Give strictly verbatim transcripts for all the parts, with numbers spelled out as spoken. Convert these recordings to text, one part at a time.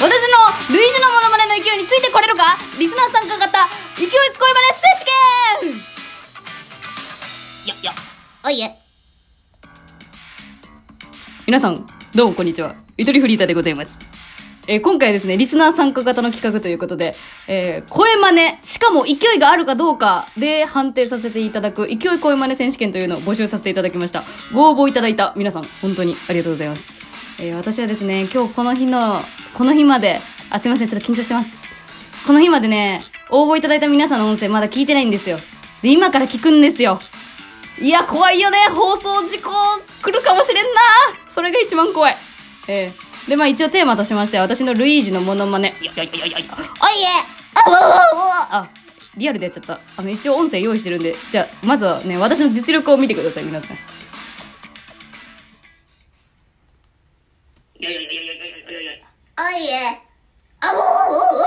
私のルイージのモノマネの勢いについてこれるか。リスナー参加型勢い声マネ選手権。よっよおいえ。皆さんどうもこんにちは、ゆとりフリーターでございます。えー、今回はですね、リスナー参加型の企画ということで、えー、声真似、しかも勢いがあるかどうかで判定させていただく勢い声真似選手権というのを募集させていただきました。ご応募いただいた皆さん本当にありがとうございます。えー、私はですね、今日この日のこの日まで、あ、すいません、ちょっと緊張してます。この日までね、応募いただいた皆さんの音声まだ聞いてないんですよ。で、今から聞くんですよ。いや、怖いよね。放送事故来るかもしれんな。それが一番怖い。えーで、まあ一応テーマとしまして、私のルイージのモノマネ。いやいやいやいやいや。おいえあわわわあ、リアルでやっちゃった。あの、一応音声用意してるんで、じゃあ、まずはね、私の実力を見てください、皆さん。いやいやいやいやいやいやいやいや。おいえあわわわわわわ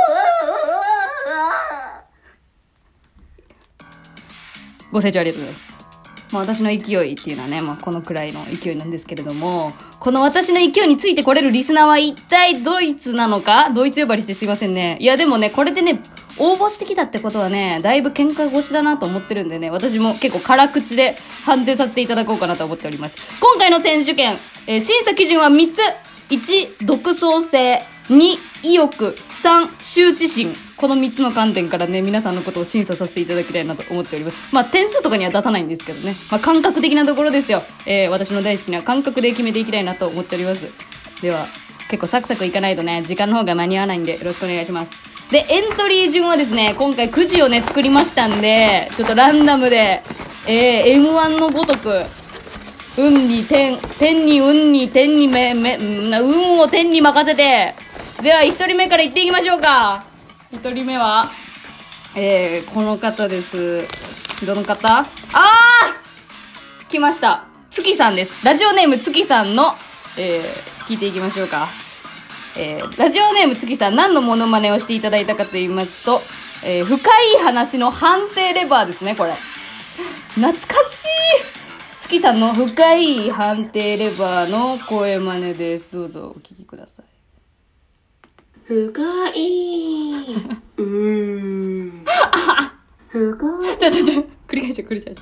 ご清聴ありがとうございます。まあ、私の勢いっていうのはね、まあ、このくらいの勢いなんですけれども、この私の勢いについてこれるリスナーは一体ドイツなのか。ドイツ呼ばわりしてすいませんね。いやでもね、これでね、応募してきたってことはね、だいぶ喧嘩腰だなと思ってるんでね、私も結構辛口で判定させていただこうかなと思っております。今回の選手権、えー、審査基準はみっつ。いち、独創性。に、意欲。さん、羞恥心。このみっつの観点からね、皆さんのことを審査させていただきたいなと思っております。まあ、点数とかには出さないんですけどね。まあ、感覚的なところですよ。えー、私の大好きな感覚で決めていきたいなと思っております。では、結構サクサクいかないとね、時間の方が間に合わないんで、よろしくお願いします。で、エントリー順はですね、今回くじをね、作りましたんで、ちょっとランダムで、えー、エムワン のごとく、運に天、天に運に天にめ、め、運を天に任せて、では、一人目から行っていきましょうか。一人目は、えー、この方です。どの方？あー！来ました。月さんです。ラジオネーム月さんの、えー、聞いていきましょうか。えー、ラジオネーム月さん、何のモノマネをしていただいたかと言いますと、えー、深い話の判定レバーですね、これ。懐かしい！月さんの深い判定レバーの声真似です。どうぞお聞きください。 深い。うーん。深い。 ちょちょちょ、繰り返し繰り返し。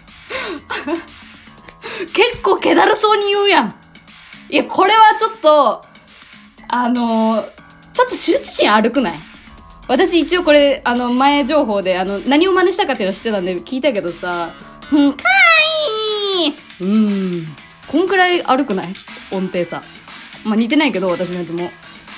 結構気だるそうに言うやん。いや、これはちょっと、あのー、ちょっと羞恥心歩くない？私一応これ、あの、前情報で、あの、何を真似したかっていうの知ってたんで聞いたけどさ、深い。うーん。こんくらい歩くない？音程さ。まあ、似てないけど、私のやつも。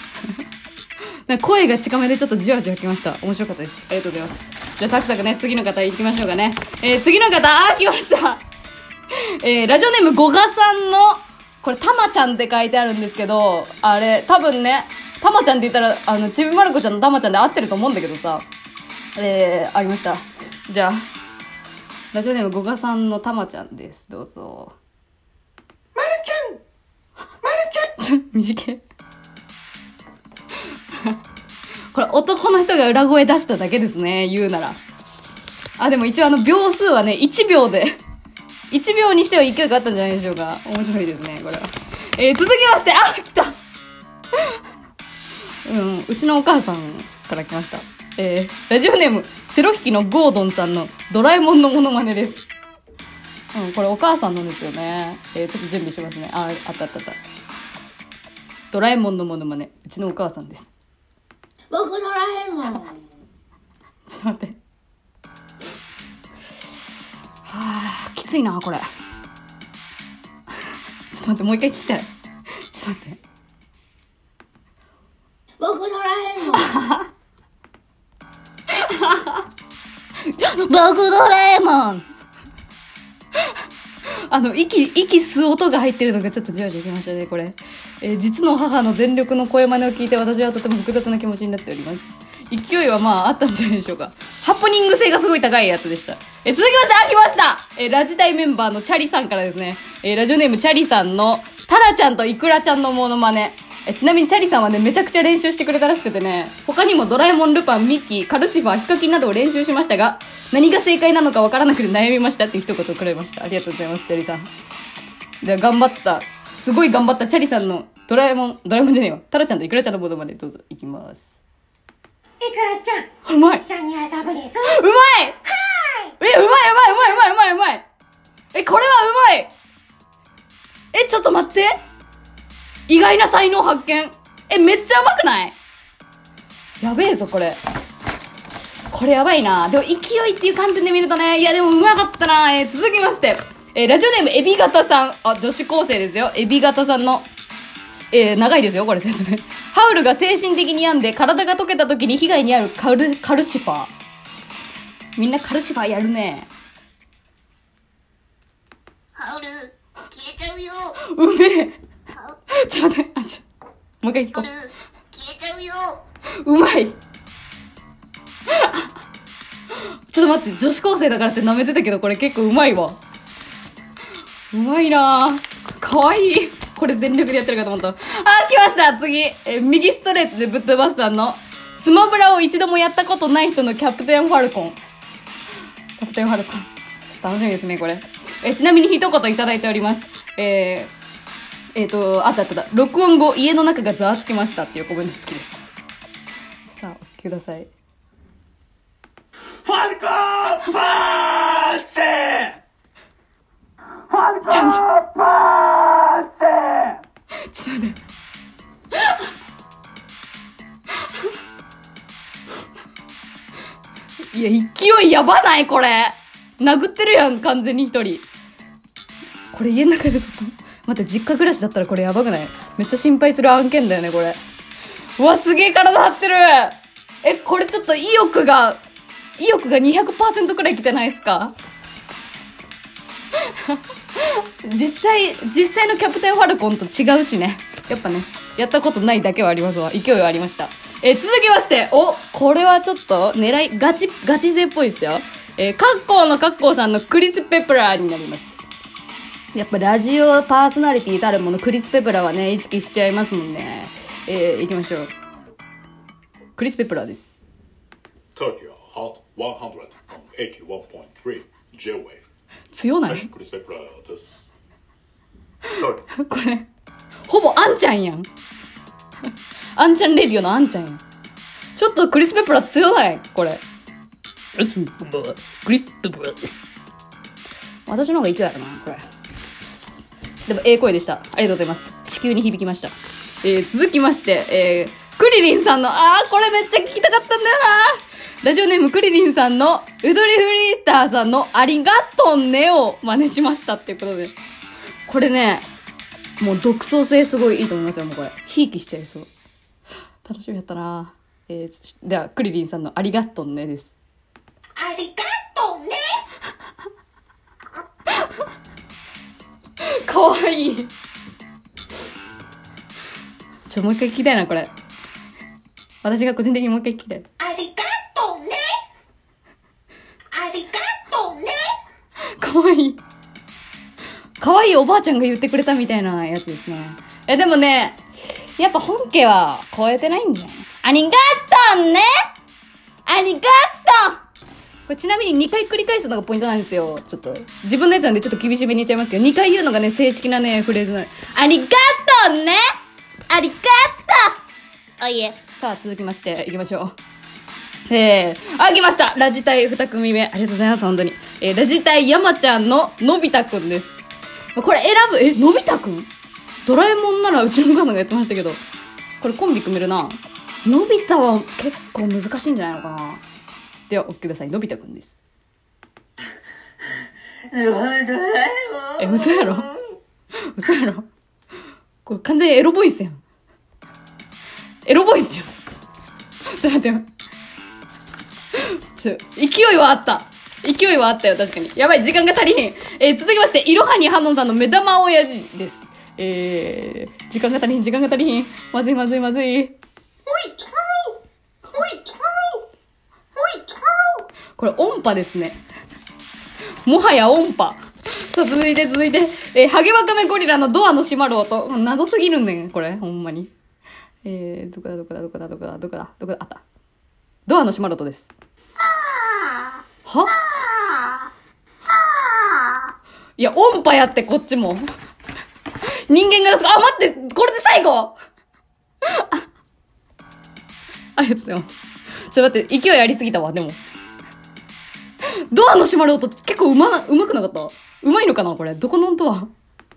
声が近めでちょっとじわじわきました。面白かったです。ありがとうございます。じゃあサクサクね、次の方行きましょうかね。えー、次の方、あー来ました。えー、ラジオネームゴガさんの、これたまちゃんって書いてあるんですけど、あれ、多分ね、たまちゃんって言ったら、あの、ちびまる子ちゃんのたまちゃんで合ってると思うんだけどさ、えー、ありました。じゃあ、ラジオネームゴガさんのたまちゃんです。どうぞ。 まるちゃんまるちゃん短い。これ男の人が裏声出しただけですね、言うなら。あ、でも一応あの秒数はね、いちびょうでいちびょうにしては勢いがあったんじゃないでしょうか。面白いですね、これは。えー、続きまして、あ、来たうん、うちのお母さんから来ました。えー、ラジオネームセロ引きのゴードンさんのドラえもんのモノマネです。うん、これお母さんのですよね。えー、ちょっと準備しますね。あ、あったあったあった。ドラえもんのモノマネ、うちのお母さんです。 僕ドラえもん。 ちょっと待って。はぁ、きついな、これ。ちょっと待って、もう一回聞きたい。ちょっと待って。 僕ドラえもん。 僕ドラえもんあの、息、息吸う音が入ってるのがちょっとじわじわきましたね、これ。えー、実の母の全力の声真似を聞いて私はとても複雑な気持ちになっております。勢いはまああったんじゃないでしょうか。ハプニング性がすごい高いやつでした。えー、続きまして、あ、来ました。えー、ラジタイメンバーのチャリさんからですね、えー、ラジオネームチャリさんのタラちゃんとイクラちゃんのモノマネ。えちなみにチャリさんはね、めちゃくちゃ練習してくれたらしくてね、他にもドラえもん、ルパン、ミッキー、カルシファー、ヒカキンなどを練習しましたが、何が正解なのかわからなくて悩みましたっていう一言をくれました。ありがとうございます、チャリさん。では頑張った、すごい頑張ったチャリさんのドラえもん、ドラえもんじゃねえわ。タラちゃんとイクラちゃんのものまでどうぞ。いきます。 いくらちゃん。 うまい。 一緒に遊ぶです。 うまい。 はい。 え、うまいうまいうまいうまいうまいうまい。え、これはうまい。え、ちょっと待って。意外な才能発見。え、めっちゃうまくない？やべえぞ、これ。これやばいな。でも、勢いっていう観点で見るとね、いや、でもうまかったな。えー、続きまして。えー、ラジオネーム、エビガタさん。あ、女子高生ですよ。エビガタさんの、えー、長いですよ、これ説明。ハウルが精神的に病んで、体が溶けた時に被害に遭うカル、カルシファー。みんなカルシファーやるね。 ハウル、消えちゃうよ。 うめえ。ちょっと待って、あ、ちょ、もう一回聞こハウル、消えちゃうよ。 う。うまい。ちょっと待って、女子高生だからって舐めてたけど、これ結構うまいわ。うまいなぁ。かわいい。これ全力でやってるかと思った。あー、来ました次。え、右ストレートでぶっ飛ばすさんの、スマブラを一度もやったことない人のキャプテンファルコン。キャプテンファルコン。ちょっと楽しみですね、これ。え、ちなみに一言いただいております。えー、えーと、あったあったあった。録音後、家の中がざわつきましたっていうコメント付きです。さあ、お聞きください。 ファルコンパンチファルコンパンチちょっと待って。いや、勢いやばないこれ。殴ってるやん、完全に一人。これ家の中で撮った。待って、実家暮らしだったらこれやばくない？めっちゃ心配する案件だよね、これ。うわ、すげえ体張ってる。え、これちょっと意欲が、意欲が にひゃくパーセント くらい来てないですか？実際、実際のキャプテンファルコンと違うしね。やっぱね、やったことないだけはありますわ。勢いはありました。えー、続きまして、お、これはちょっと狙い、ガチ、ガチ勢っぽいですよ。えー、カッコーのカッコーさんのクリス・ペプラーになります。やっぱラジオパーソナリティたるものクリス・ペプラーはね、意識しちゃいますもんね。えー、行きましょう。クリス・ペプラーです。 Tokyo Hot ひゃくはちじゅういってんさん J-ウェイブ強ない？ クリス・ペプラーです。 これ、ほぼあんちゃんやん。あんちゃんレディオのあんちゃんやん。ちょっとクリス・ペプラー強ないこれ。クリス・ペプラーです。私の方が勢いあるな、これ。でも、ええ声でした。ありがとうございます。子宮に響きました。えー、続きまして、えー、クリリンさんの、あー、これめっちゃ聞きたかったんだよな。ラジオネームクリリンさんの、ウドリフリーターさんの、ありがとんねを真似しましたっていうことで。これね、もう独創性すごいいいと思いますよ、もうこれ。ひいきしちゃいそう。楽しみやったな。えー、では、クリリンさんのありがとんねです。 ありがとうね。 かわいい。ちょ、もう一回聞きたいな、これ。私が個人的にもう一回聞きたい。 ありがとうね。ありがとうね。 かわいい。かわいいおばあちゃんが言ってくれたみたいなやつですね。え、でもね、やっぱ本家は超えてないんじゃない？ありがとうね。ありがとう。これちなみににかい繰り返すのがポイントなんですよ。ちょっと。自分のやつなんでちょっと厳しめに言っちゃいますけど、にかい言うのがね、正式なね、フレーズなの。ありがとうね。ありがとう。おいえ。さあ、続きまして、いきましょう。えー、あ、来ました。ラジタイに組目。ありがとうございます、本当に。えー、ラジタイ山ちゃんののび太くんです。これ選ぶ、え、のび太くん？ドラえもんならうちのお母さんがやってましたけど、これコンビ組めるな。のび太は結構難しいんじゃないのかな。では、お聞きください。のび太くんです。え、嘘やろ嘘やろこれ完全にエロボイスやん。エロボイスじゃん。ちょっと待って。ちょ、勢いはあった。勢いはあったよ、確かに。やばい、時間が足りへん。えー、続きまして、いろはにハノンさんの目玉親父です。えー、時間が足りへん、時間が足りへん。まずいまずいまずい。 おい、チャロおい、チャロおい、チャロこれ音波ですね。もはや音波。さあ、続いて続いて、えー、ハゲワカメゴリラのドアの閉まる音。謎すぎるんねん、これ、ほんまに。えー、どこだどこだどこだどこだどこだどこだあった。ドアの閉まる音です。はいや、音波やって、こっちも。 人間が出すか、あ、待って、これで最後あ、ありがとうございます。ちょっと待って、勢いありすぎたわ、でも。ドアの閉まる音結構うま、うまくなかった？うまいのかなこれ。どこの音は？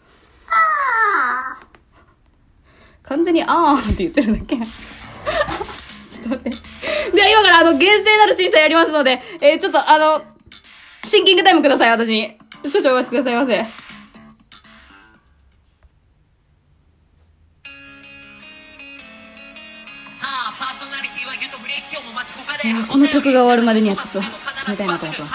完全にあーって言ってるだけ。ちょっと待って。では今からあの、厳正なる審査やりますので、えー、ちょっとあの、シンキングタイムください、私に。少々お待ちくださいませ。いや、この曲が終わるまでにはちょっと決めたいなと思ってます。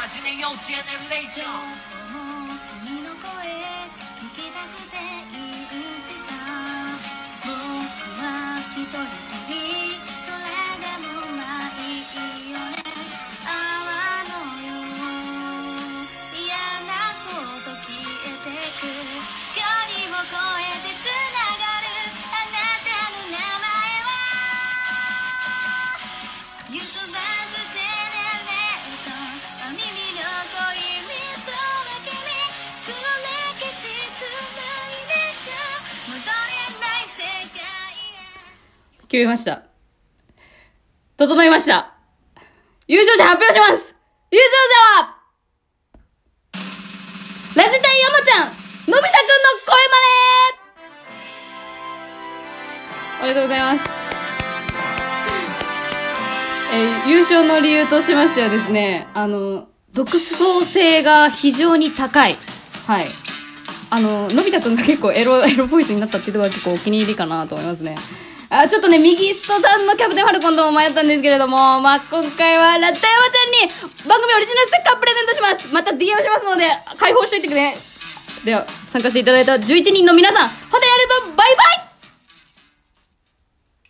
決めました。整いました。優勝者発表します。優勝者は、ラジタイ山ちゃん、のび太くんの声真似。ありがとうございます。えー、優勝の理由としましてはですね、あの、独創性が非常に高い。はい。あの、のび太くんが結構エロ、エロボイスになったっていうところが結構お気に入りかなと思いますね。あ、ちょっとね、右ストさんのキャプテンファルコンとも迷ったんですけれども、まあ、今回はラッタヤマちゃんに番組オリジナルステッカープレゼントします。また ディーエム しますので、開放しといてくれ。では、参加していただいたじゅういちにんの皆さん、本当にありがとう。バイバイ。